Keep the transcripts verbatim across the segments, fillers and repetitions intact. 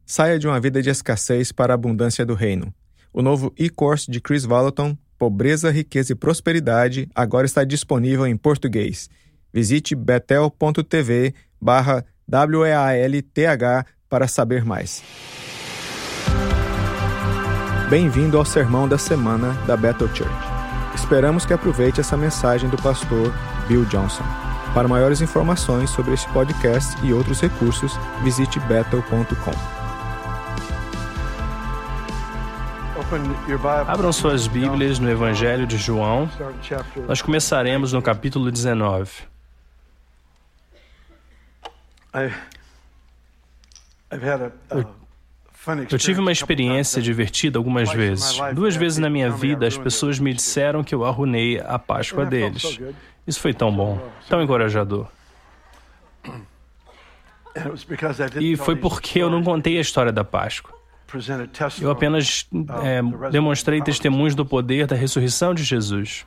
Saia de uma vida de escassez para a abundância do reino. O novo e-course de Chris Vallotton, Pobreza, Riqueza e Prosperidade, agora está disponível em português. Visite betel.tv barra W E A L T H para saber mais. Bem-vindo ao Sermão da Semana da Bethel Church. Esperamos que aproveite essa mensagem do pastor Bill Johnson. Para maiores informações sobre este podcast e outros recursos, visite betel ponto com. Abram suas Bíblias no Evangelho de João. Nós começaremos no capítulo dezenove. Eu tive uma experiência divertida algumas vezes. Duas vezes na minha vida, as pessoas me disseram que eu arruinei a Páscoa deles. Isso foi tão bom, tão encorajador. E foi porque eu não contei a história da Páscoa. Eu apenas é, demonstrei testemunhos do poder da ressurreição de Jesus.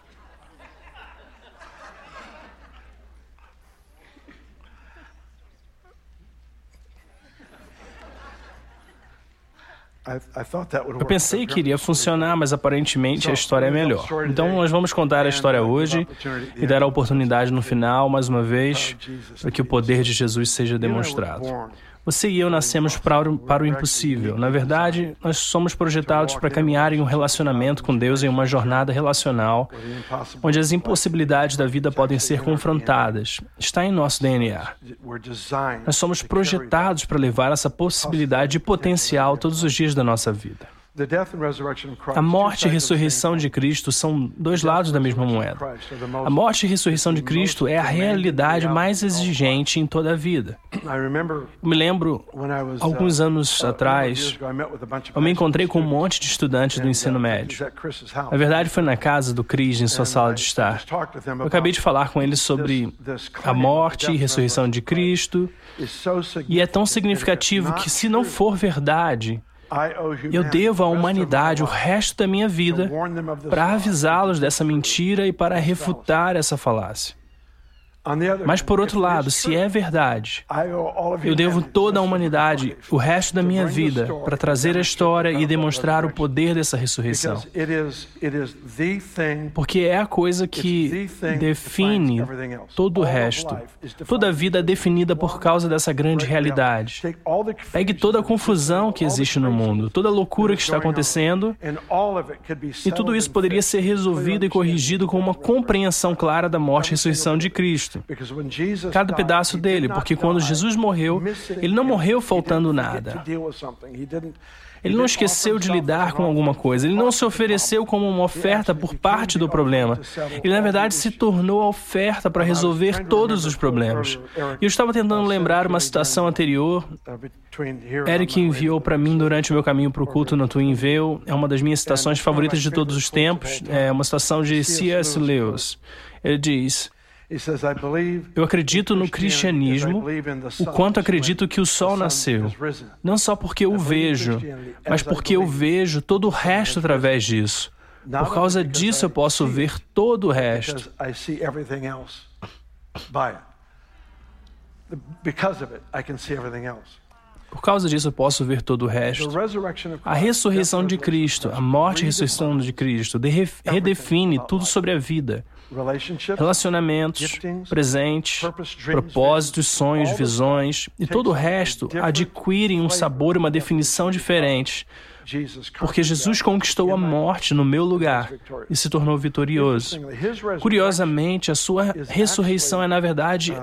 Eu pensei que iria funcionar, mas aparentemente a história é melhor. Então nós vamos contar a história hoje e dar a oportunidade no final, mais uma vez, para que o poder de Jesus seja demonstrado. Você e eu nascemos para o, para o impossível. Na verdade, nós somos projetados para caminhar em um relacionamento com Deus em uma jornada relacional, onde as impossibilidades da vida podem ser confrontadas. Está em nosso D N A. Nós somos projetados para levar essa possibilidade e potencial todos os dias da nossa vida. A morte e a ressurreição de Cristo são dois lados da mesma moeda. A morte e a ressurreição de Cristo é a realidade mais exigente em toda a vida. Eu me lembro, alguns anos atrás, eu me encontrei com um monte de estudantes do ensino médio. Na verdade, foi na casa do Chris, em sua sala de estar. Eu acabei de falar com eles sobre a morte e ressurreição de Cristo, e é tão significativo que, se não for verdade, eu devo à humanidade o resto da minha vida para avisá-los dessa mentira e para refutar essa falácia. Mas, por outro lado, se é verdade, eu devo toda a humanidade o resto da minha vida para trazer a história e demonstrar o poder dessa ressurreição. Porque é a coisa que define todo o resto. Toda a vida é definida por causa dessa grande realidade. Pegue toda a confusão que existe no mundo, toda a loucura que está acontecendo, e tudo isso poderia ser resolvido e corrigido com uma compreensão clara da morte e ressurreição de Cristo. Cada pedaço dele, porque quando Jesus morreu, ele não morreu faltando nada. Ele não esqueceu de lidar com alguma coisa. Ele não se ofereceu como uma oferta por parte do problema. Ele, na verdade, se tornou a oferta para resolver todos os problemas. E eu estava tentando lembrar uma citação anterior. Eric enviou para mim durante o meu caminho para o culto no Twinville. É uma das minhas citações favoritas de todos os tempos. É uma citação de C S Lewis. Ele diz: eu acredito no cristianismo o quanto acredito que o sol nasceu. Não só porque eu vejo, mas porque eu vejo todo o resto através disso. Por causa disso eu posso ver todo o resto. Por causa disso eu posso ver todo o resto. A ressurreição de Cristo, a morte e a ressurreição de Cristo redefine tudo sobre a vida. Relacionamentos, presentes, propósitos, sonhos, visões e todo o resto adquirem um sabor e uma definição diferente, porque Jesus conquistou a morte no meu lugar e se tornou vitorioso. Curiosamente, a sua ressurreição é, na verdade,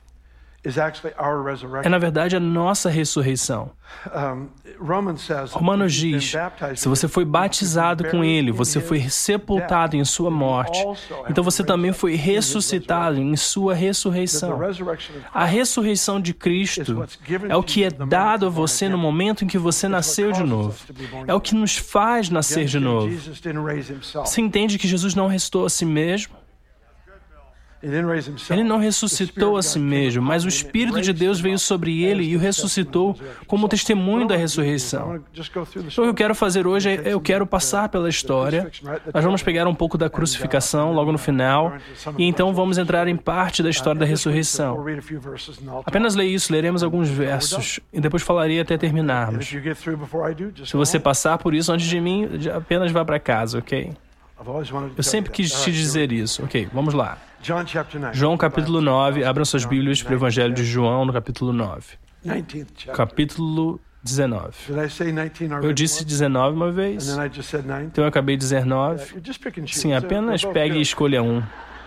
é, na verdade, a nossa ressurreição. Romanos diz, se você foi batizado com Ele, você foi sepultado em sua morte, então você também foi ressuscitado em sua ressurreição. A ressurreição de Cristo é o que é dado a você no momento em que você nasceu de novo. É o que nos faz nascer de novo. Você entende que Jesus não restou a si mesmo? Ele não ressuscitou a si mesmo, mas o Espírito de Deus veio sobre ele e o ressuscitou como testemunho da ressurreição. Então, o que eu quero fazer hoje é, eu quero passar pela história. Nós vamos pegar um pouco da crucificação logo no final, e então vamos entrar em parte da história da ressurreição. Apenas leia isso, leremos alguns versos, e depois falarei até terminarmos. Se você passar por isso antes de mim, apenas vá para casa, ok? Eu sempre quis te dizer isso. Ok, vamos lá. João capítulo nove, abram suas Bíblias para o Evangelho de João no capítulo nove. Capítulo dezenove. Eu disse dezenove uma vez, então eu acabei de dizer nove. Sim, apenas pegue e escolha um.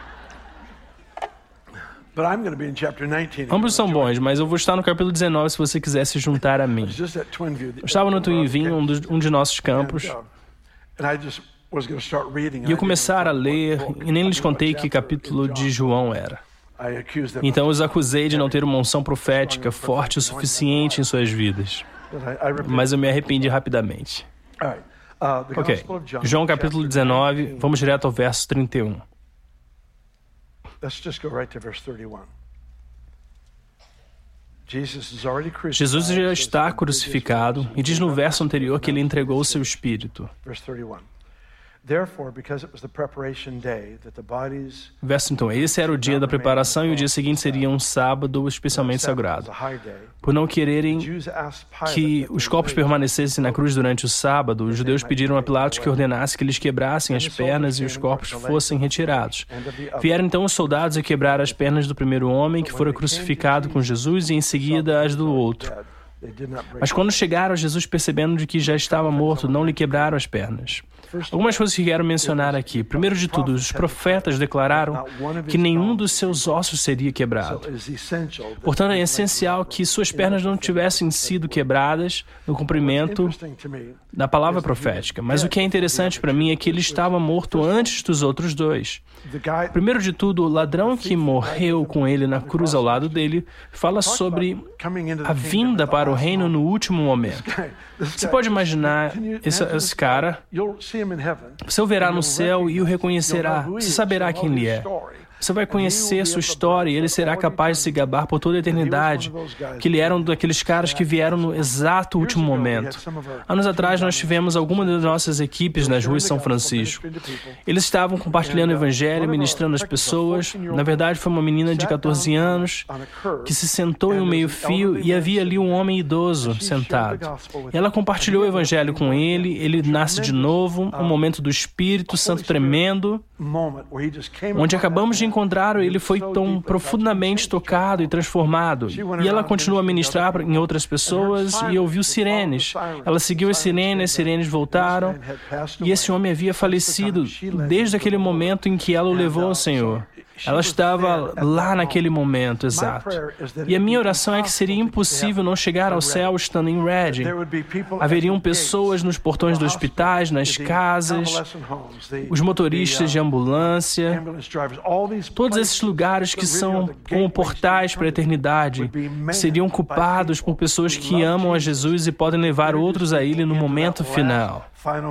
Ambos são bons, mas eu vou estar no capítulo dezenove se você quiser se juntar a mim. Eu estava no Twinview, um, dos, um de nossos campos, e eu começar a ler, e nem lhes contei que capítulo de João era. Então eu os acusei de não ter uma unção profética forte o suficiente em suas vidas. Mas eu me arrependi rapidamente. Ok, João capítulo dezenove, vamos direto ao verso trinta e um. Jesus já está crucificado e diz no verso anterior que ele entregou o seu espírito. Verso então, esse era o dia da preparação e o dia seguinte seria um sábado especialmente sagrado. Por não quererem que os corpos permanecessem na cruz durante o sábado, os judeus pediram a Pilatos que ordenasse que eles quebrassem as pernas e os corpos fossem retirados. Vieram então os soldados a quebrar as pernas do primeiro homem que fora crucificado com Jesus e em seguida as do outro. Mas quando chegaram a Jesus percebendo de que já estava morto, não lhe quebraram as pernas. Algumas coisas que quero mencionar aqui. Primeiro de tudo, os profetas declararam que nenhum dos seus ossos seria quebrado. Portanto, é essencial que suas pernas não tivessem sido quebradas no cumprimento da palavra profética. Mas o que é interessante para mim é que ele estava morto antes dos outros dois. Primeiro de tudo, o ladrão que morreu com ele na cruz ao lado dele fala sobre a vinda para o reino no último momento. Você pode imaginar esse, esse cara, você o verá no céu e o reconhecerá, você saberá quem ele é. Você vai conhecer sua história e ele será capaz de se gabar por toda a eternidade que ele era um daqueles caras que vieram no exato último momento. Anos atrás, nós tivemos algumas das nossas equipes nas ruas de São Francisco. Eles estavam compartilhando o evangelho, ministrando às pessoas. Na verdade, foi uma menina de catorze anos que se sentou em um meio-fio e havia ali um homem idoso sentado. E ela compartilhou o evangelho com ele, ele nasce de novo, um momento do Espírito Santo tremendo, onde acabamos de encontrar, ele foi tão profundamente tocado e transformado. E ela continua a ministrar em outras pessoas e ouviu sirenes. Ela seguiu as sirenes, as sirenes voltaram, e esse homem havia falecido desde aquele momento em que ela o levou ao Senhor. Ela estava lá naquele momento exato. E a minha oração é que seria impossível não chegar ao céu estando em Redding. Haveriam pessoas nos portões dos hospitais, nas casas, os motoristas de ambulância, todos esses lugares que são como portais para a eternidade, seriam ocupados por pessoas que amam a Jesus e podem levar outros a Ele no momento final.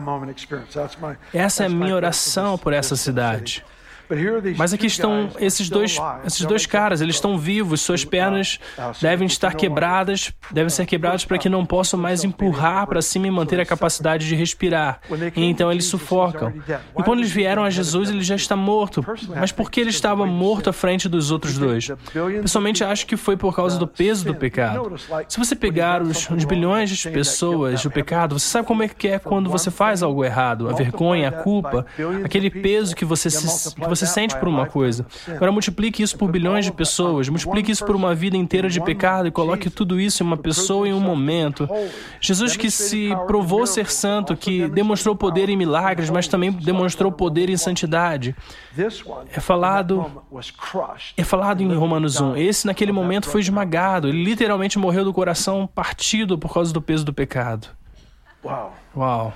Essa é a minha oração por essa cidade. Mas aqui estão esses dois, esses dois caras, eles estão vivos, suas pernas devem estar quebradas, devem ser quebradas para que não possam mais empurrar para cima e manter a capacidade de respirar. E então eles sufocam. E quando eles vieram a Jesus, ele já está morto. Mas por que ele estava morto à frente dos outros dois? Pessoalmente, acho que foi por causa do peso do pecado. Se você pegar os, os bilhões de pessoas do pecado, você sabe como é que é quando você faz algo errado? A vergonha, a culpa, aquele peso que você se... Que você sente por uma coisa. Agora multiplique isso por bilhões de pessoas, multiplique isso por uma vida inteira de pecado e coloque tudo isso em uma pessoa em um momento. Jesus que se provou ser santo, que demonstrou poder em milagres, mas também demonstrou poder em santidade. É falado, é falado em Romanos um. Esse naquele momento foi esmagado. Ele literalmente morreu do coração partido por causa do peso do pecado. Uau.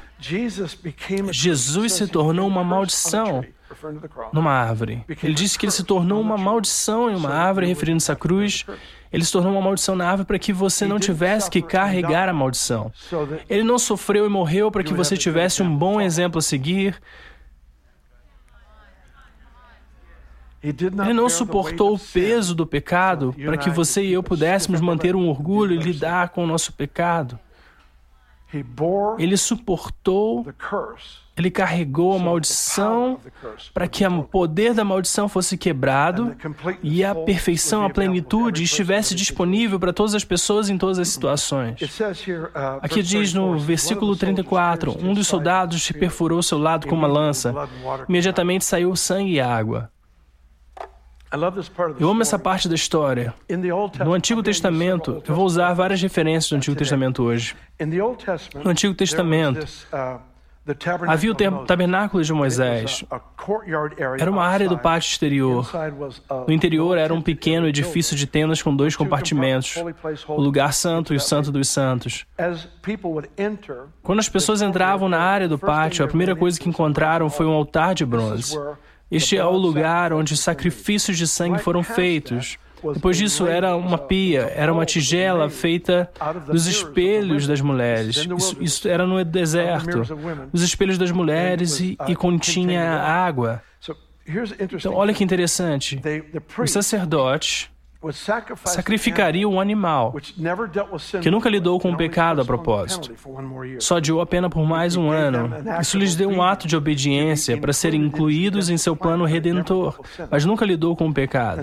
Jesus se tornou uma maldição numa árvore. Ele disse que ele se tornou uma maldição em uma árvore, referindo-se à cruz. Ele se tornou uma maldição na árvore para que você não tivesse que carregar a maldição. Ele não sofreu e morreu para que você tivesse um bom exemplo a seguir. Ele não suportou o peso do pecado para que você e eu pudéssemos manter um orgulho e lidar com o nosso pecado. Ele suportou, ele carregou a maldição para que o poder da maldição fosse quebrado e a perfeição, a plenitude estivesse disponível para todas as pessoas em todas as situações. Aqui diz no versículo trinta e quatro, um dos soldados perfurou seu lado com uma lança. Imediatamente saiu sangue e água. Eu amo essa parte da história. No Antigo Testamento, eu vou usar várias referências do Antigo Testamento hoje. No Antigo Testamento, havia o tabernáculo de Moisés. Era uma área do pátio exterior. No interior era um pequeno edifício de tendas com dois compartimentos, o lugar santo e o santo dos santos. Quando as pessoas entravam na área do pátio, a primeira coisa que encontraram foi um altar de bronze. Este é o lugar onde sacrifícios de sangue foram feitos. Depois disso, era uma pia, era uma tigela feita dos espelhos das mulheres. Isso, isso era no deserto. Os espelhos das mulheres e, e continha água. Então, olha que interessante. Os sacerdotes sacrificariam um animal que nunca lidou com o pecado a propósito. Só adiou a pena por mais um ano. Isso lhes deu um ato de obediência para serem incluídos em seu plano redentor, mas nunca lidou com o pecado.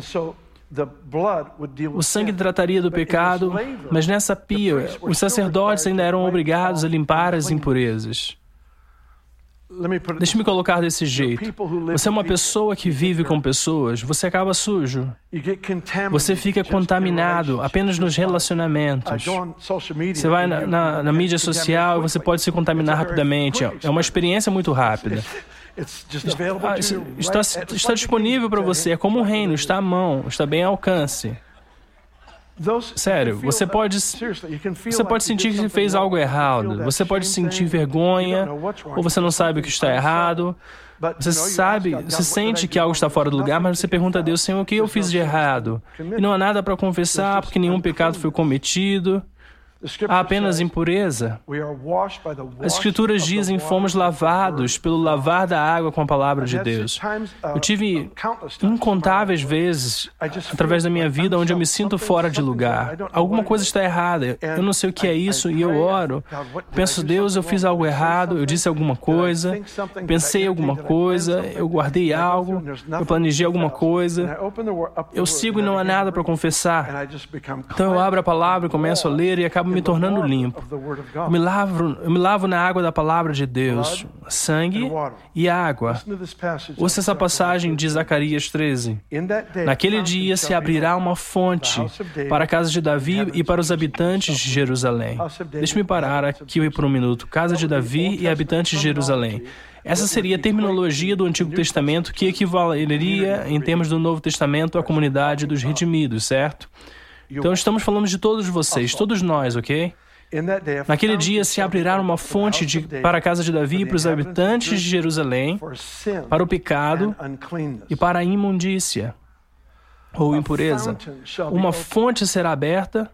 O sangue trataria do pecado, mas nessa pia, os sacerdotes ainda eram obrigados a limpar as impurezas. Deixe-me colocar desse jeito. Você é uma pessoa que vive com pessoas, você acaba sujo. Você fica contaminado apenas nos relacionamentos. Você vai na, na, na mídia social e você pode se contaminar rapidamente. É uma experiência muito rápida. Ah, está, está disponível para você, é como um reino, está à mão, está bem ao alcance. Sério, você pode, você pode sentir que fez algo errado, você pode sentir vergonha, ou você não sabe o que está errado, você sabe, você sente que algo está fora do lugar, mas você pergunta a Deus, Senhor, o que eu fiz de errado? E não há nada para confessar, porque nenhum pecado foi cometido. Há apenas impureza. As Escrituras dizem, fomos lavados pelo lavar da água com a palavra de Deus. Eu tive incontáveis vezes, através da minha vida, onde eu me sinto fora de lugar. Alguma coisa está errada. Eu não sei o que é isso e eu oro. Penso, Deus, eu fiz algo errado, eu disse alguma coisa, pensei alguma coisa, eu guardei algo, eu planejei alguma coisa. Eu sigo e não há nada para confessar. Então eu abro a palavra e começo a ler e acabo me tornando limpo. Eu me lavo, eu me lavo na água da palavra de Deus, sangue e água. Ouça essa passagem de Zacarias treze. Naquele dia se abrirá uma fonte para a casa de Davi e para os habitantes de Jerusalém. Deixe-me parar aqui por um minuto. Casa de Davi e habitantes de Jerusalém. Essa seria a terminologia do Antigo Testamento que equivaleria, em termos do Novo Testamento, à comunidade dos redimidos, certo? Então estamos falando de todos vocês, todos nós, ok? Naquele dia se abrirá uma fonte de, para a casa de Davi e para os habitantes de Jerusalém, para o pecado e para a imundícia, ou impureza. Uma fonte será aberta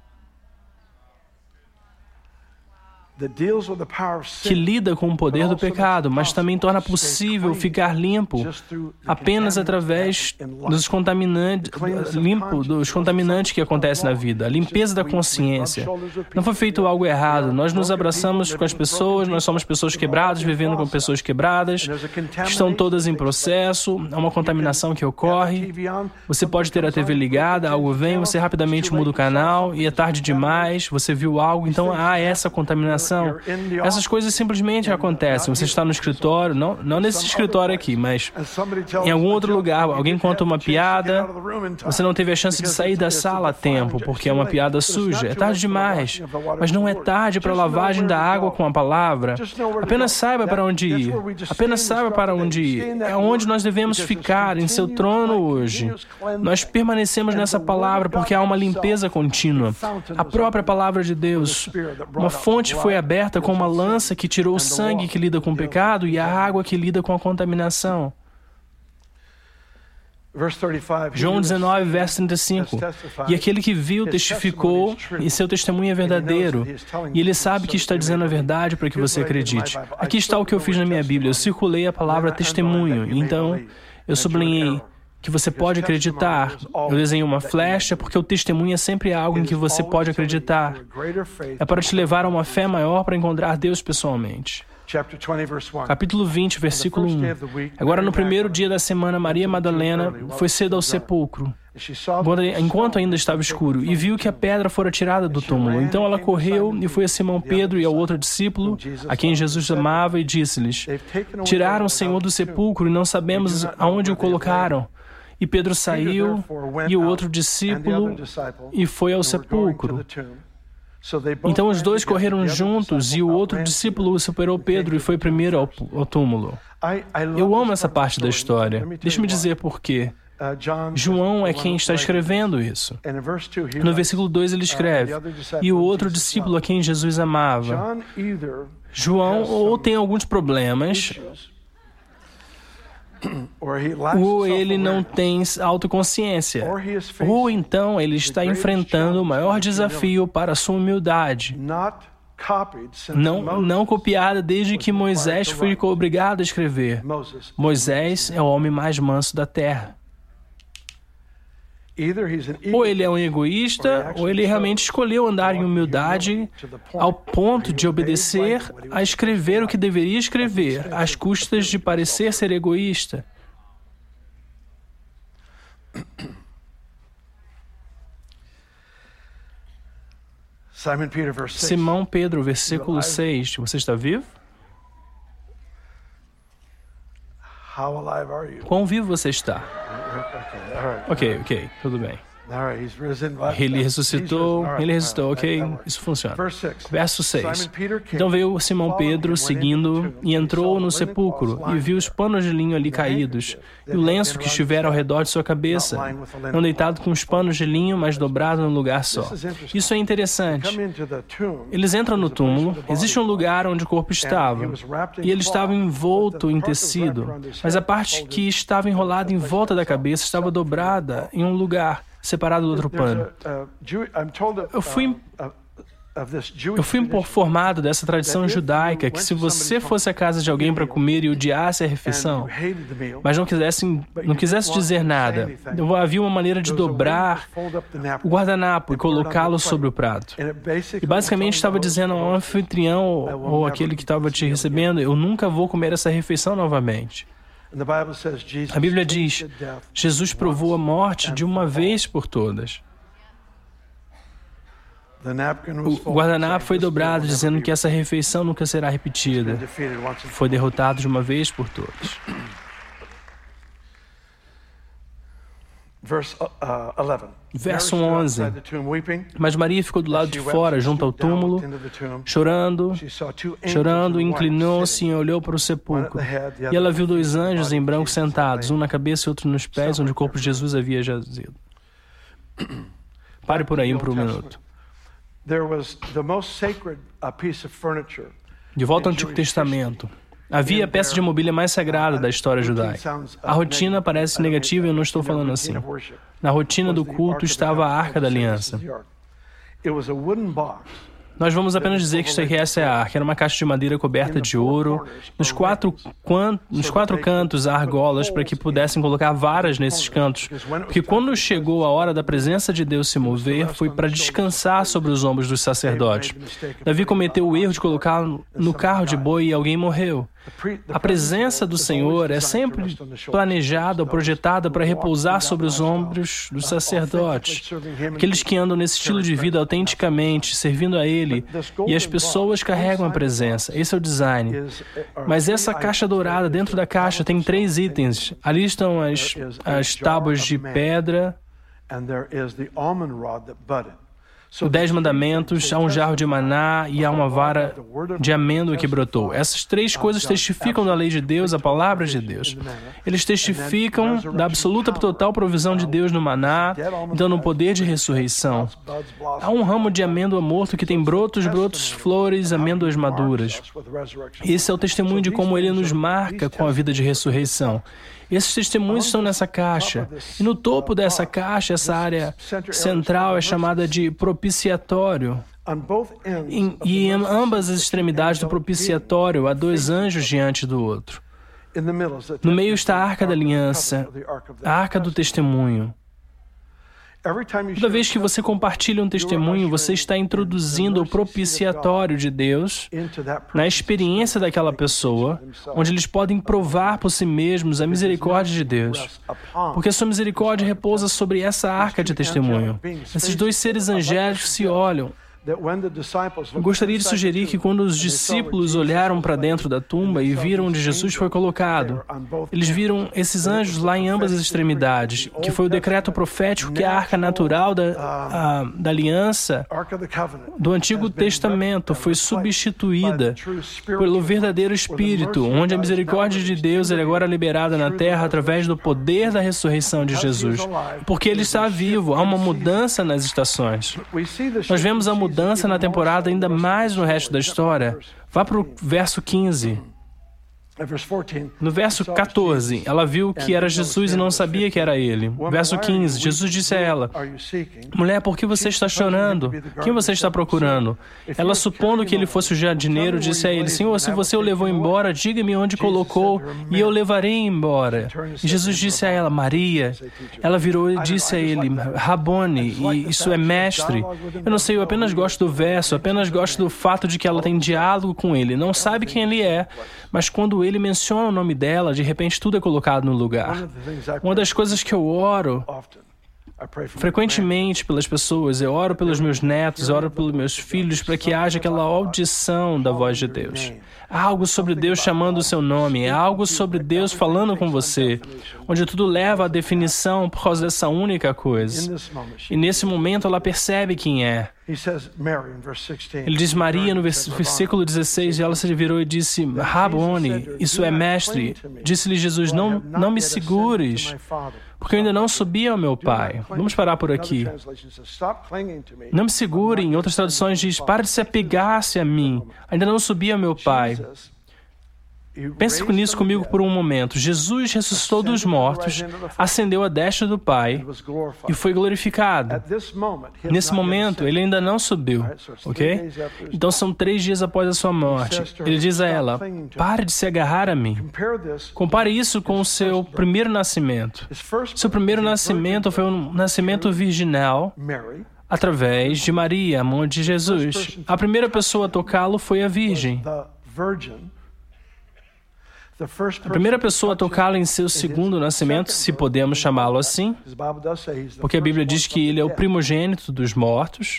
que lida com o poder do pecado, mas também torna possível ficar limpo apenas através dos contaminantes, limpo dos contaminantes que acontecem na vida, a limpeza da consciência. Não foi feito algo errado, nós nos abraçamos com as pessoas, nós somos pessoas quebradas, vivendo com pessoas quebradas, estão todas em processo, há uma contaminação que ocorre, você pode ter a T V ligada, algo vem, você rapidamente muda o canal e é tarde demais, você viu algo, então há essa contaminação. Essas coisas simplesmente acontecem. Você está no escritório, não, não nesse escritório aqui, mas em algum outro lugar, alguém conta uma piada, você não teve a chance de sair da sala a tempo, porque é uma piada suja. É tarde demais, mas não é tarde para a lavagem da água com a palavra. Apenas saiba para onde ir. Apenas saiba para onde ir. É onde nós devemos ficar, em seu trono hoje. Nós permanecemos nessa palavra porque há uma limpeza contínua. A própria palavra de Deus. Uma fonte foi aberta com uma lança que tirou o sangue que lida com o pecado e a água que lida com a contaminação. João dezenove, verso trinta e cinco. E aquele que viu testificou, e seu testemunho é verdadeiro. E ele sabe que está dizendo a verdade para que você acredite. Aqui está o que eu fiz na minha Bíblia. Eu circulei a palavra testemunho. Então, eu sublinhei que você pode acreditar. Eu desenhei uma flecha porque o testemunho é sempre algo em que você pode acreditar. É para te levar a uma fé maior para encontrar Deus pessoalmente. Capítulo vinte, versículo um. Agora, no primeiro dia da semana, Maria Madalena foi cedo ao sepulcro, enquanto ainda estava escuro, e viu que a pedra fora tirada do túmulo. Então ela correu e foi a Simão Pedro e ao outro discípulo, a quem Jesus amava, e disse-lhes: tiraram o Senhor do sepulcro e não sabemos aonde o colocaram. E Pedro saiu e o outro discípulo e foi ao sepulcro. Então os dois correram juntos e o outro discípulo superou Pedro e foi primeiro ao, ao túmulo. Eu amo essa parte da história. Deixe-me dizer por quê. João é quem está escrevendo isso. No versículo dois ele escreve: e o outro discípulo a quem Jesus amava. João ou tem alguns problemas, ou ele não tem autoconsciência, ou então ele está enfrentando o maior desafio para a sua humildade, não, não copiada desde que Moisés foi obrigado a escrever. Moisés é o homem mais manso da terra. Ou ele é um egoísta, ou ele realmente escolheu andar em humildade ao ponto de obedecer a escrever o que deveria escrever, às custas de parecer ser egoísta. Simão Pedro, versículo seis. Você está vivo? Quão vivo você está? Ok, ok, tudo bem. Ele ressuscitou, ele ressuscitou, ok, isso funciona. Verso seis. Então veio Simão Pedro seguindo e entrou no sepulcro e viu os panos de linho ali caídos e o lenço que estivera ao redor de sua cabeça, não deitado com os panos de linho, mas dobrado num lugar só. Isso é interessante. Eles entram no túmulo, existe um lugar onde o corpo estava e ele estava envolto em tecido, mas a parte que estava enrolada em volta da cabeça estava dobrada em um lugar separado do outro pano. Eu fui, eu fui informado dessa tradição judaica que se você fosse à casa de alguém para comer e odiasse a refeição, mas não quisesse, não quisesse dizer nada, havia uma maneira de dobrar o guardanapo e colocá-lo sobre o prato. E basicamente estava dizendo ao anfitrião ou aquele que estava te recebendo: eu nunca vou comer essa refeição novamente. A Bíblia diz: Jesus provou a morte de uma vez por todas. O guardanapo foi dobrado, dizendo que essa refeição nunca será repetida. Foi derrotado de uma vez por todas. Verso onze. Mas Maria ficou do lado de fora, junto ao túmulo, chorando, chorando, inclinou-se e olhou para o sepulcro. E ela viu dois anjos em branco sentados, um na cabeça e outro nos pés, onde o corpo de Jesus havia jazido. Pare por aí por um minuto. De volta ao Antigo Testamento. Havia a peça de mobília mais sagrada da história judaica. A rotina parece negativa e eu não estou falando assim. Na rotina do culto estava a Arca da Aliança. Nós vamos apenas dizer que essa é a arca. Era uma caixa de madeira coberta de ouro. Nos quatro, quan... Nos quatro cantos há argolas para que pudessem colocar varas nesses cantos. Porque quando chegou a hora da presença de Deus se mover, foi para descansar sobre os ombros dos sacerdotes. Davi cometeu o erro de colocar no carro de boi e alguém morreu. A presença do Senhor é sempre planejada ou projetada para repousar sobre os ombros dos sacerdotes, aqueles que andam nesse estilo de vida autenticamente, servindo a Ele, e as pessoas carregam a presença. Esse é o design. Mas essa caixa dourada, dentro da caixa, tem três itens. Ali estão as, as tábuas de pedra, os Dez Mandamentos, há um jarro de maná e há uma vara de amêndoa que brotou. Essas três coisas testificam da lei de Deus, a palavra de Deus. Eles testificam da absoluta e total provisão de Deus no maná, então no poder de ressurreição. Há um ramo de amêndoa morto que tem brotos, brotos, flores, amêndoas maduras. Esse é o testemunho de como Ele nos marca com a vida de ressurreição. Esses testemunhos estão nessa caixa. E no topo dessa caixa, essa área central é chamada de propiciatório. Em, e em ambas as extremidades do propiciatório há dois anjos diante do outro. No meio está a Arca da Aliança, a Arca do Testemunho. Toda vez que você compartilha um testemunho, você está introduzindo o propiciatório de Deus na experiência daquela pessoa, onde eles podem provar por si mesmos a misericórdia de Deus. Porque a sua misericórdia repousa sobre essa arca de testemunho. Esses dois seres angélicos se olham. Eu gostaria de sugerir que quando os discípulos olharam para dentro da tumba e viram onde Jesus foi colocado, eles viram esses anjos lá em ambas as extremidades, que foi o decreto profético que a arca natural da, a, da aliança do Antigo Testamento foi substituída pelo verdadeiro Espírito, onde a misericórdia de Deus é agora liberada na terra através do poder da ressurreição de Jesus. Porque Ele está vivo, há uma mudança nas estações. Nós vemos a mudança Mudança na temporada ainda mais no resto da história. Vá para o verso quinze. No verso quatorze, ela viu que era Jesus e não sabia que era ele. Verso quinze, Jesus disse a ela: mulher, por que você está chorando? Quem você está procurando? Ela, supondo que ele fosse o jardineiro, disse a ele: Senhor, se você o levou embora, diga-me onde colocou e eu levarei embora. E Jesus disse a ela: Maria. Ela virou e disse a ele: Rabone, e isso é mestre. Eu não sei, eu apenas gosto do verso, apenas gosto do fato de que ela tem diálogo com ele. Não sabe quem ele é, mas quando ele menciona o nome dela, de repente tudo é colocado no lugar. Uma das coisas que eu oro frequentemente pelas pessoas, eu oro pelos meus netos, eu oro pelos meus filhos, para que haja aquela audição da voz de Deus. Há algo sobre Deus chamando o seu nome, há algo sobre Deus falando com você, onde tudo leva à definição por causa dessa única coisa. E nesse momento ela percebe quem é. Ele diz Maria no versículo dezesseis, e ela se virou e disse: Rabone, isso é mestre. Disse-lhe Jesus: não, não me segures, porque eu ainda não subi ao meu Pai. Vamos parar por aqui. Não me segure, em outras traduções diz: para de se apegar-se a mim, ainda não subi ao meu Pai. Pense nisso comigo por um momento. Jesus ressuscitou dos mortos, ascendeu à destra do Pai e foi glorificado. Nesse momento, ele ainda não subiu, ok? Então são três dias após a sua morte. Ele diz a ela: pare de se agarrar a mim. Compare isso com o seu primeiro nascimento. Seu primeiro nascimento foi um nascimento virginal através de Maria, a mãe de Jesus. A primeira pessoa a tocá-lo foi a Virgem. A primeira pessoa a tocá-lo em seu segundo nascimento, se podemos chamá-lo assim, porque a Bíblia diz que ele é o primogênito dos mortos.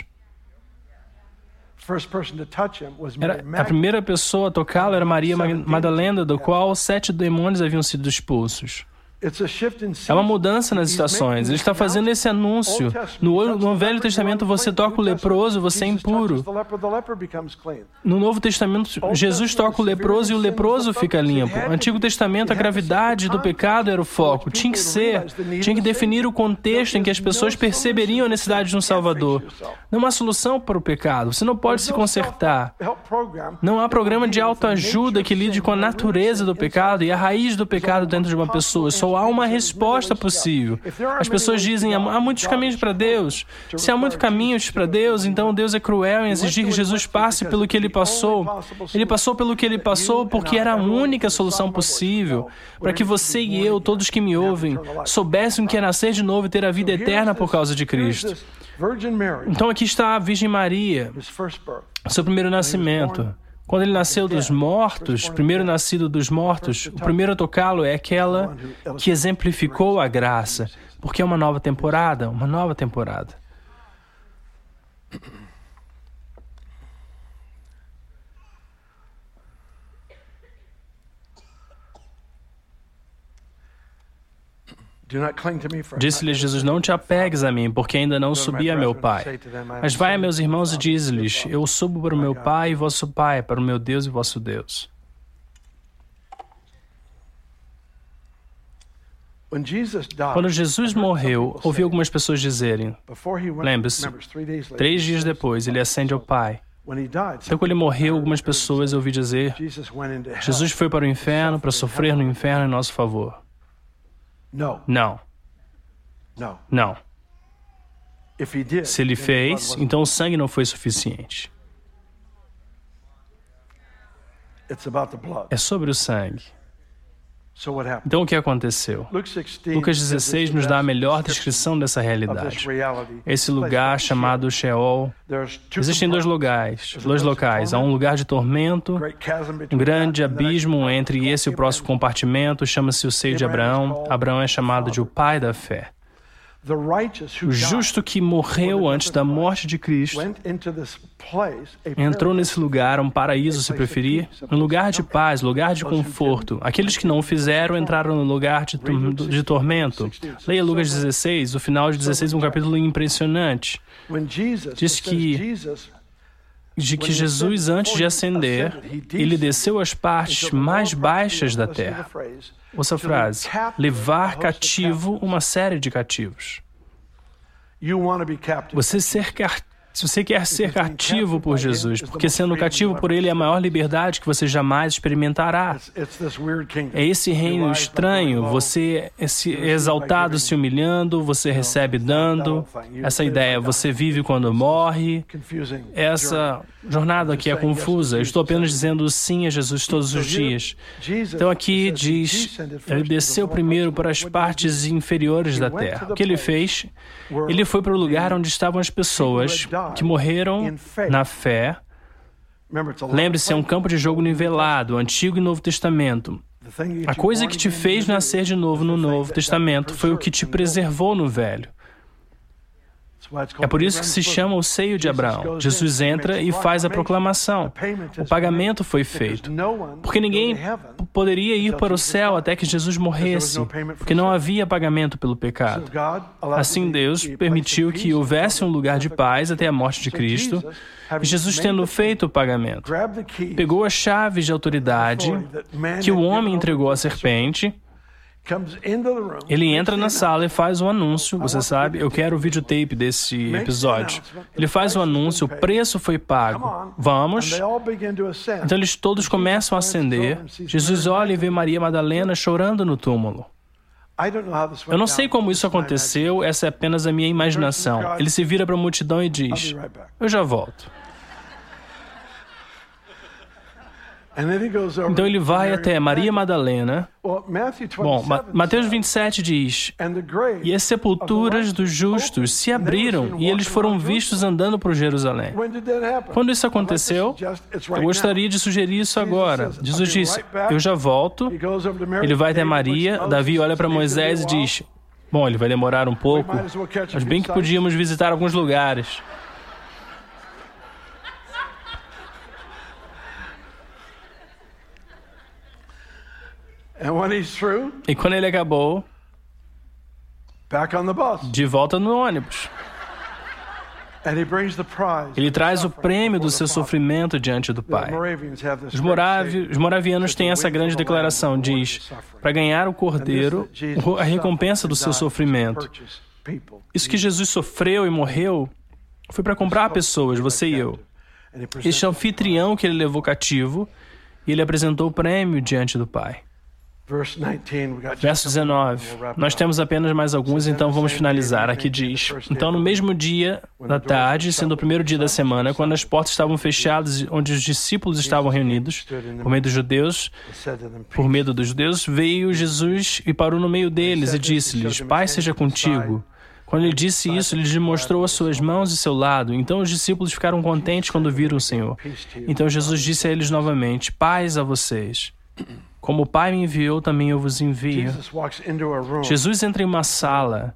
Era, a primeira pessoa a tocá-lo era Maria Madalena, do qual sete demônios haviam sido expulsos. É uma mudança nas estações. Ele está fazendo esse anúncio. No, no Velho Testamento, você toca o leproso, você é impuro. No Novo Testamento, Jesus toca o leproso e o leproso fica limpo. No Antigo Testamento, a gravidade do pecado era o foco. Tinha que ser. Tinha que definir o contexto em que as pessoas perceberiam a necessidade de um Salvador. Não há solução para o pecado. Você não pode se consertar. Não há programa de autoajuda que lide com a natureza do pecado e a raiz do pecado dentro de uma pessoa. Só há uma resposta possível. As pessoas dizem: há muitos caminhos para Deus. Se há muitos caminhos para Deus, então Deus é cruel em exigir que Jesus passe pelo que Ele passou. Ele passou pelo que Ele passou porque era a única solução possível para que você e eu, todos que me ouvem, soubessem o que é nascer de novo e ter a vida eterna por causa de Cristo. Então aqui está a Virgem Maria, seu primeiro nascimento. Quando ele nasceu dos mortos, primeiro nascido dos mortos, o primeiro a tocá-lo é aquela que exemplificou a graça, porque é uma nova temporada, uma nova temporada. Disse-lhe Jesus: não te apegues a mim, porque ainda não subi a meu Pai. Mas vai a meus irmãos e diz-lhes: eu subo para o meu Pai e vosso Pai, para o meu Deus e vosso Deus. Quando Jesus morreu, ouvi algumas pessoas dizerem, lembre-se, três dias depois, ele ascende ao Pai. Então, quando ele morreu, algumas pessoas ouvi dizer, Jesus foi para o inferno para sofrer no inferno em nosso favor. Não. Não. Se ele fez, então o sangue não foi suficiente. É sobre o sangue. Então, o que aconteceu? Lucas dezesseis nos dá a melhor descrição dessa realidade. Esse lugar chamado Sheol. Existem dois lugares, dois locais. Há um lugar de tormento, um grande abismo entre esse e o próximo compartimento, chama-se o seio de Abraão. Abraão é chamado de o pai da fé. O justo que morreu antes da morte de Cristo entrou nesse lugar, um paraíso, se preferir, um lugar de paz, lugar de conforto. Aqueles que não o fizeram entraram no lugar de, de tormento. Leia Lucas dezesseis, o final de dezesseis é um capítulo impressionante. Diz que, de que Jesus, antes de ascender, ele desceu às partes mais baixas da terra. Ouça a frase, levar cativo uma série de cativos. Você ser cativo. Se você quer ser cativo por Jesus, porque sendo cativo por Ele é a maior liberdade que você jamais experimentará. É esse reino estranho, você é exaltado se humilhando, você recebe dando, essa ideia, você vive quando morre. Essa jornada aqui é confusa. Eu estou apenas dizendo sim a Jesus todos os dias. Então aqui diz, Ele desceu primeiro para as partes inferiores da terra. O que Ele fez? Ele foi para o lugar onde estavam as pessoas que morreram na fé. Lembre-se, é um campo de jogo nivelado, Antigo e Novo Testamento. A coisa que te fez nascer de novo no Novo Testamento foi o que te preservou no Velho. É por isso que se chama o seio de Abraão. Jesus entra e faz a proclamação. O pagamento foi feito. Porque ninguém poderia ir para o céu até que Jesus morresse, porque não havia pagamento pelo pecado. Assim, Deus permitiu que houvesse um lugar de paz até a morte de Cristo, e Jesus, tendo feito o pagamento, pegou as chaves de autoridade que o homem entregou à serpente. Ele entra na sala e faz um anúncio, você sabe, eu quero o videotape desse episódio. Ele faz o anúncio, o preço foi pago. Vamos. Então eles todos começam a ascender. Jesus olha e vê Maria Madalena chorando no túmulo. Eu não sei como isso aconteceu, essa é apenas a minha imaginação. Ele se vira para a multidão e diz, eu já volto. Então ele vai até Maria Madalena. Bom, Mateus vinte e sete diz, e as sepulturas dos justos se abriram e eles foram vistos andando por Jerusalém. Quando isso aconteceu, eu gostaria de sugerir isso agora. Jesus disse, eu já volto. Ele vai até Maria, Davi olha para Moisés e diz, bom, ele vai demorar um pouco, mas bem que podíamos visitar alguns lugares. E quando ele acabou, de volta no ônibus, ele traz o prêmio do seu sofrimento diante do Pai. Os, moravi, os moravianos têm essa grande declaração, diz, para ganhar o cordeiro, a recompensa do seu sofrimento. Isso que Jesus sofreu e morreu foi para comprar pessoas, você e eu. Este anfitrião que ele levou cativo, e ele apresentou o prêmio diante do Pai. Verso dezenove. Nós temos apenas mais alguns, então vamos finalizar. Aqui diz, então no mesmo dia da tarde, sendo o primeiro dia da semana, quando as portas estavam fechadas, onde os discípulos estavam reunidos, por medo dos judeus, por medo dos judeus, veio Jesus e parou no meio deles e disse-lhes, Pai seja contigo. Quando ele disse isso, ele lhes mostrou as suas mãos e seu lado. Então os discípulos ficaram contentes quando viram o Senhor. Então Jesus disse a eles novamente, paz a vocês. Como o Pai me enviou, também eu vos envio. Jesus entra em uma sala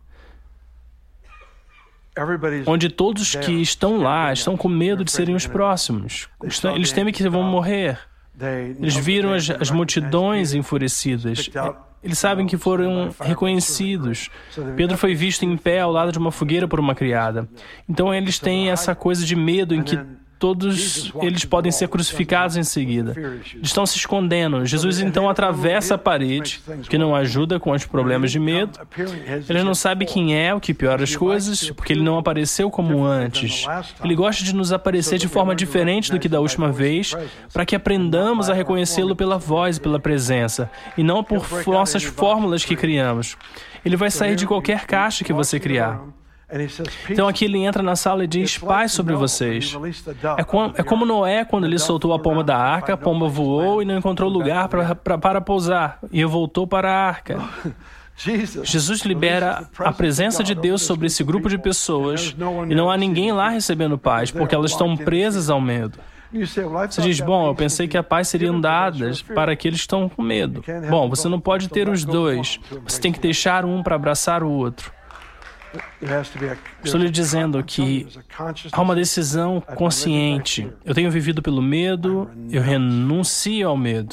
onde todos que estão lá estão com medo de serem os próximos. Eles temem que vão morrer. Eles viram as, as multidões enfurecidas. Eles sabem que foram reconhecidos. Pedro foi visto em pé ao lado de uma fogueira por uma criada. Então eles têm essa coisa de medo em que todos eles podem ser crucificados em seguida. Eles estão se escondendo. Jesus então atravessa a parede, que não ajuda com os problemas de medo. Eles não sabem quem é, o que piora as coisas, porque ele não apareceu como antes. Ele gosta de nos aparecer de forma diferente do que da última vez, para que aprendamos a reconhecê-lo pela voz e pela presença, e não por nossas fórmulas que criamos. Ele vai sair de qualquer caixa que você criar. Então aqui ele entra na sala e diz, paz sobre vocês. É como, é como Noé, quando ele soltou a pomba da arca, a pomba voou e não encontrou lugar pra, pra, para pousar, e voltou para a arca. Jesus libera a presença de Deus sobre esse grupo de pessoas e não há ninguém lá recebendo paz, porque elas estão presas ao medo. Você diz, bom, eu pensei que a paz seria dada para aqueles que estão com medo. Bom, você não pode ter os dois. Você tem que deixar um para abraçar o outro. Estou lhe dizendo que há uma decisão consciente. Eu tenho vivido pelo medo, eu renuncio ao medo.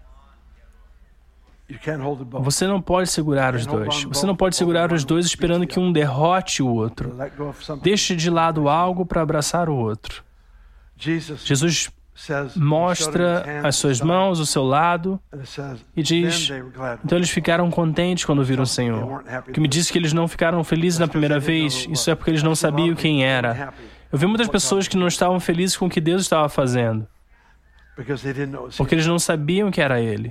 Você não pode segurar os dois. Você não pode segurar os dois esperando que um derrote o outro. Deixe de lado algo para abraçar o outro. Jesus mostra as suas mãos, o seu lado, e diz, então eles ficaram contentes quando viram o Senhor. Que me disse que eles não ficaram felizes na primeira vez, isso é porque eles não sabiam quem era. Eu vi muitas pessoas que não estavam felizes com o que Deus estava fazendo, porque eles não sabiam que era Ele.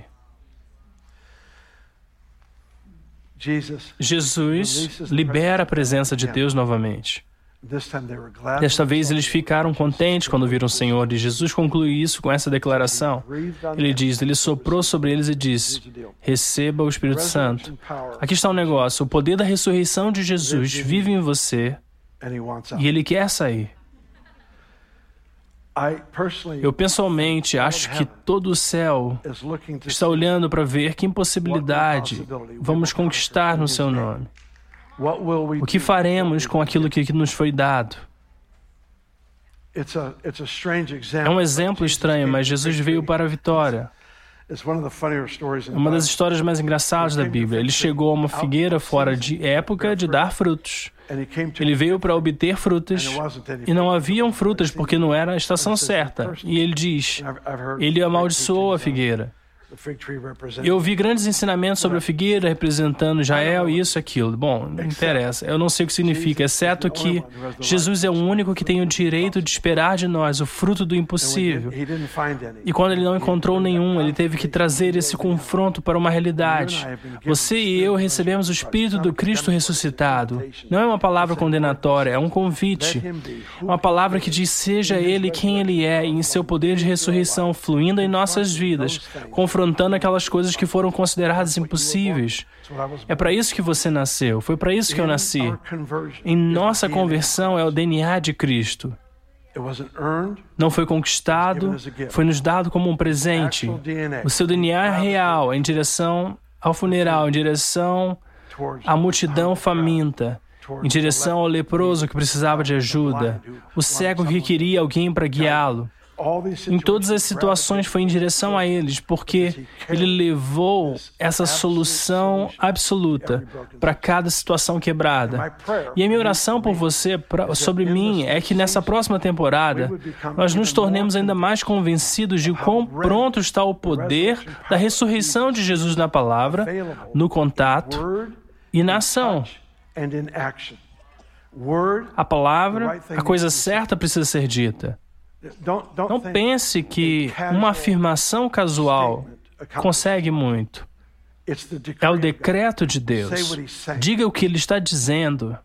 Jesus libera a presença de Deus novamente. Desta vez eles ficaram contentes quando viram o Senhor, e Jesus conclui isso com essa declaração. Ele diz, ele soprou sobre eles e disse, receba o Espírito Santo. Aqui está o negócio, o poder da ressurreição de Jesus vive em você e ele quer sair. Eu pessoalmente acho que todo o céu está olhando para ver que impossibilidade vamos conquistar no seu nome. O que faremos com aquilo que nos foi dado? É um exemplo estranho, mas Jesus veio para a vitória. É uma das histórias mais engraçadas da Bíblia. Ele chegou a uma figueira fora de época de dar frutos. Ele veio para obter frutas e não haviam frutas porque não era a estação certa. E ele diz, ele amaldiçoou a figueira. Eu ouvi grandes ensinamentos sobre a figueira, representando Israel, isso e aquilo. Bom, não interessa. Eu não sei o que significa, exceto que Jesus é o único que tem o direito de esperar de nós o fruto do impossível. E quando ele não encontrou nenhum, ele teve que trazer esse confronto para uma realidade. Você e eu recebemos o Espírito do Cristo ressuscitado. Não é uma palavra condenatória, é um convite. Uma palavra que diz, seja Ele quem Ele é, e em seu poder de ressurreição, fluindo em nossas vidas, confrontando aquelas coisas que foram consideradas impossíveis. É para isso que você nasceu, foi para isso que eu nasci. Em nossa conversão é o D N A de Cristo. Não foi conquistado, foi nos dado como um presente. O seu D N A é real, em direção ao funeral, em direção à multidão faminta, em direção ao leproso que precisava de ajuda, o cego que queria alguém para guiá-lo. Em todas as situações foi em direção a eles, porque Ele levou essa solução absoluta para cada situação quebrada. E a minha oração por você, pra, sobre mim, é que nessa próxima temporada, nós nos tornemos ainda mais convencidos de quão pronto está o poder da ressurreição de Jesus na palavra, no contato e na ação. A palavra, a coisa certa precisa ser dita. Não pense que uma afirmação casual consegue muito. É o decreto de Deus. Diga o que Ele está dizendo.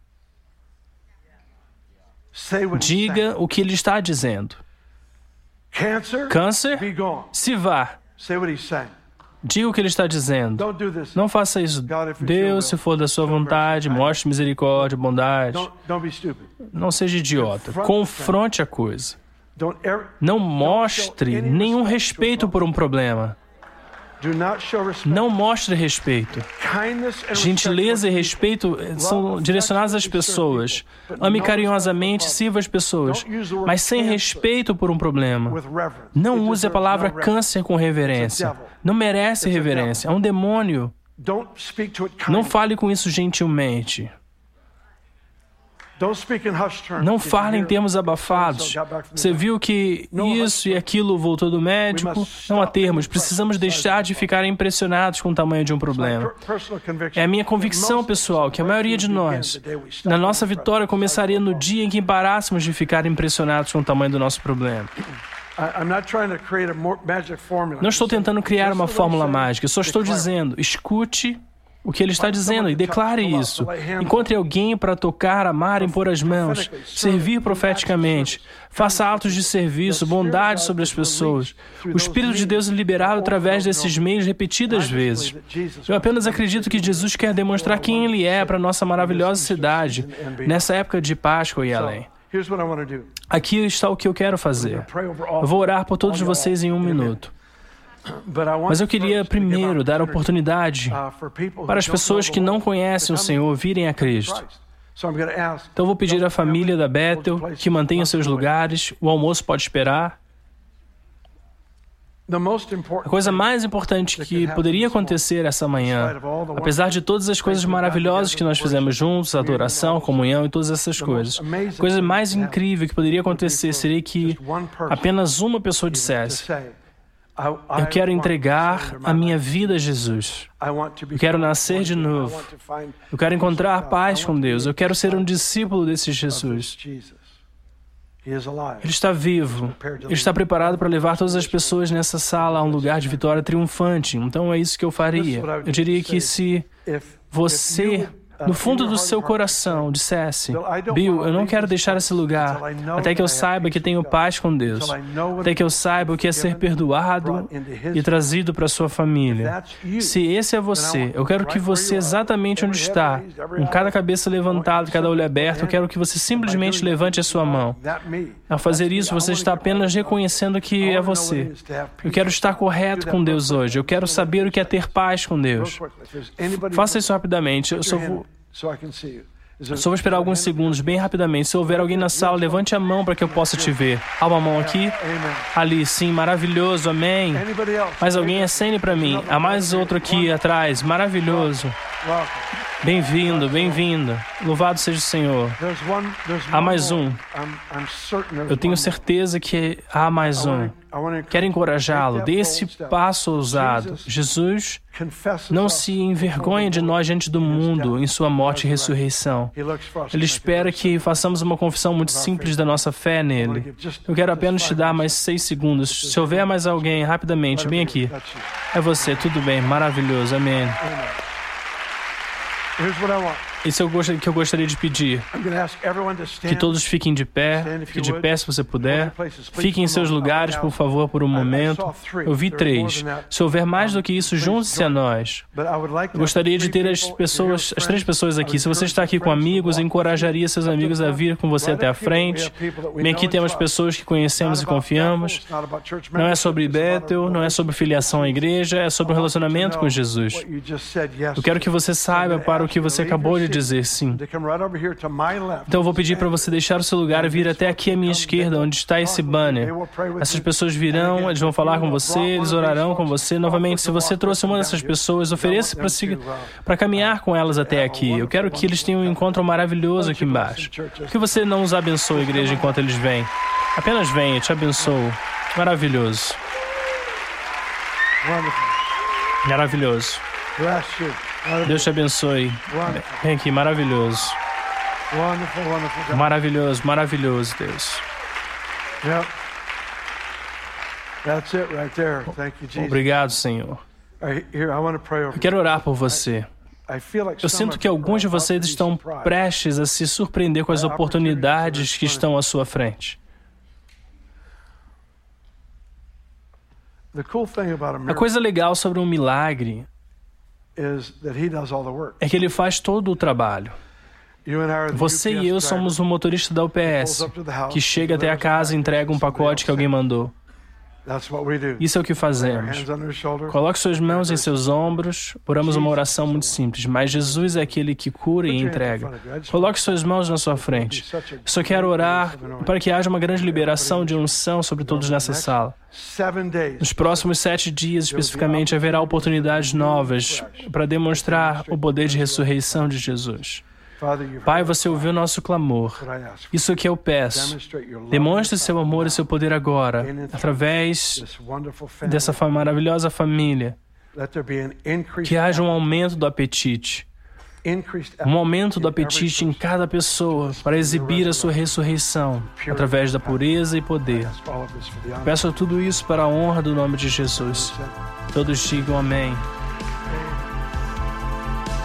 Diga o que Ele está dizendo. Câncer, se vá. Diga o que Ele está dizendo. Não faça isso. Deus, se for da sua vontade, mostre misericórdia, bondade. Não seja idiota. Confronte a coisa. Não mostre nenhum respeito por um problema. Não mostre respeito. Gentileza e respeito são direcionados às pessoas. Ame carinhosamente, sirva as pessoas, mas sem respeito por um problema. Não use a palavra câncer com reverência. Não merece reverência. É um demônio. Não fale com isso gentilmente. Não fale em termos abafados. Você viu que isso e aquilo voltou do médico? Não há termos. Precisamos deixar de ficar impressionados com o tamanho de um problema. É a minha convicção pessoal que a maioria de nós, na nossa vitória, começaria no dia em que parássemos de ficar impressionados com o tamanho do nosso problema. Não estou tentando criar uma fórmula mágica. Só estou dizendo, escute o que ele está dizendo e declare isso. Encontre alguém para tocar, amar, impor as mãos, servir profeticamente. Faça atos de serviço, bondade sobre as pessoas. O Espírito de Deus é liberado através desses meios repetidas vezes. Eu apenas acredito que Jesus quer demonstrar quem Ele é para a nossa maravilhosa cidade, nessa época de Páscoa e além. Aqui está o que eu quero fazer. Eu vou orar por todos vocês em um minuto. Mas eu queria primeiro dar oportunidade para as pessoas que não conhecem o Senhor virem a Cristo. Então eu vou pedir à família da Bethel que mantenha seus lugares, o almoço pode esperar. A coisa mais importante que poderia acontecer essa manhã, apesar de todas as coisas maravilhosas que nós fizemos juntos, adoração, comunhão e todas essas coisas, a coisa mais incrível que poderia acontecer seria que apenas uma pessoa dissesse: eu quero entregar a minha vida a Jesus. Eu quero nascer de novo. Eu quero encontrar paz com Deus. Eu quero ser um discípulo desse Jesus. Ele está vivo. Ele está preparado para levar todas as pessoas nessa sala a um lugar de vitória triunfante. Então é isso que eu faria. Eu diria que se você, no fundo do seu coração, dissesse: Bill, eu não quero deixar esse lugar até que eu saiba que tenho paz com Deus, até que eu saiba o que é ser perdoado e trazido para a sua família. Se esse é você, eu quero que você, exatamente onde está, com cada cabeça levantada, cada olho aberto, eu quero que você simplesmente levante a sua mão. Ao fazer isso, você está apenas reconhecendo que é você. Eu quero estar correto com Deus hoje. Eu quero saber o que é ter paz com Deus. Faça isso rapidamente. Eu só vou... Só vou esperar alguns segundos, bem rapidamente. Se houver alguém na sala, levante a mão para que eu possa te ver. Há uma mão aqui? Ali, sim, maravilhoso, amém. Mais alguém? Acene para mim. Há mais outro aqui atrás, maravilhoso. Bem-vindo, bem-vinda. Louvado seja o Senhor. Há mais um. Eu tenho certeza que há mais um. Quero encorajá-lo. Dê esse passo ousado. Jesus não se envergonha de nós diante do mundo em sua morte e ressurreição. Ele espera que façamos uma confissão muito simples da nossa fé nele. Eu quero apenas te dar mais seis segundos. Se houver mais alguém, rapidamente, bem aqui. É você, tudo bem, maravilhoso, amém. Isso é o que eu gostaria de pedir. Que todos fiquem de pé, fique de pé se você puder. Fiquem em seus lugares, por favor, por um momento. Eu vi três. Se houver mais do que isso, junte-se a nós. Eu gostaria de ter as pessoas, as três pessoas aqui. Se você está aqui com amigos, eu encorajaria seus amigos a vir com você até a frente. Bem, aqui temos pessoas que conhecemos e confiamos. Não é sobre Bethel, não é sobre filiação à igreja, é sobre o relacionamento com Jesus. Eu quero que você saiba para o que você acabou de dizer sim. Então eu vou pedir para você deixar o seu lugar e vir até aqui à minha esquerda, onde está esse banner. Essas pessoas virão, eles vão falar com você, eles orarão com você. Novamente, se você trouxe uma dessas pessoas, ofereça para si, para caminhar com elas até aqui. Eu quero que eles tenham um encontro maravilhoso aqui embaixo. Por que você não os abençoa, igreja, enquanto eles vêm? Apenas venha, te abençoo. Maravilhoso. Maravilhoso. Deus te abençoe. Vem aqui, maravilhoso. Maravilhoso, maravilhoso, Deus. Obrigado, Senhor. Eu quero orar por você. Eu sinto que alguns de vocês estão prestes a se surpreender com as oportunidades que estão à sua frente. A coisa legal sobre um milagre é que ele faz todo o trabalho. Você e eu somos o motorista da U P S, que chega até a casa e entrega um pacote que alguém mandou. Isso é o que fazemos. Coloque suas mãos em seus ombros. Oramos uma oração muito simples, mas Jesus é aquele que cura e entrega. Coloque suas mãos na sua frente. Eu só quero orar para que haja uma grande liberação de unção sobre todos nessa sala. Nos próximos sete dias, especificamente, haverá oportunidades novas para demonstrar o poder de ressurreição de Jesus. Pai, você ouviu nosso clamor. Isso que eu peço. Demonstre seu amor e seu poder agora, através dessa maravilhosa família. Que haja um aumento do apetite. Um aumento do apetite em cada pessoa para exibir a sua ressurreição, através da pureza e poder. Peço tudo isso para a honra do nome de Jesus. Todos digam amém.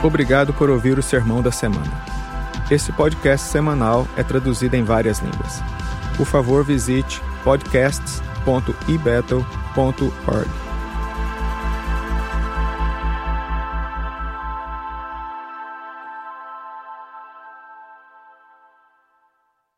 Obrigado por ouvir o Sermão da Semana. Esse podcast semanal é traduzido em várias línguas. Por favor, visite podcasts ponto e bethel ponto org.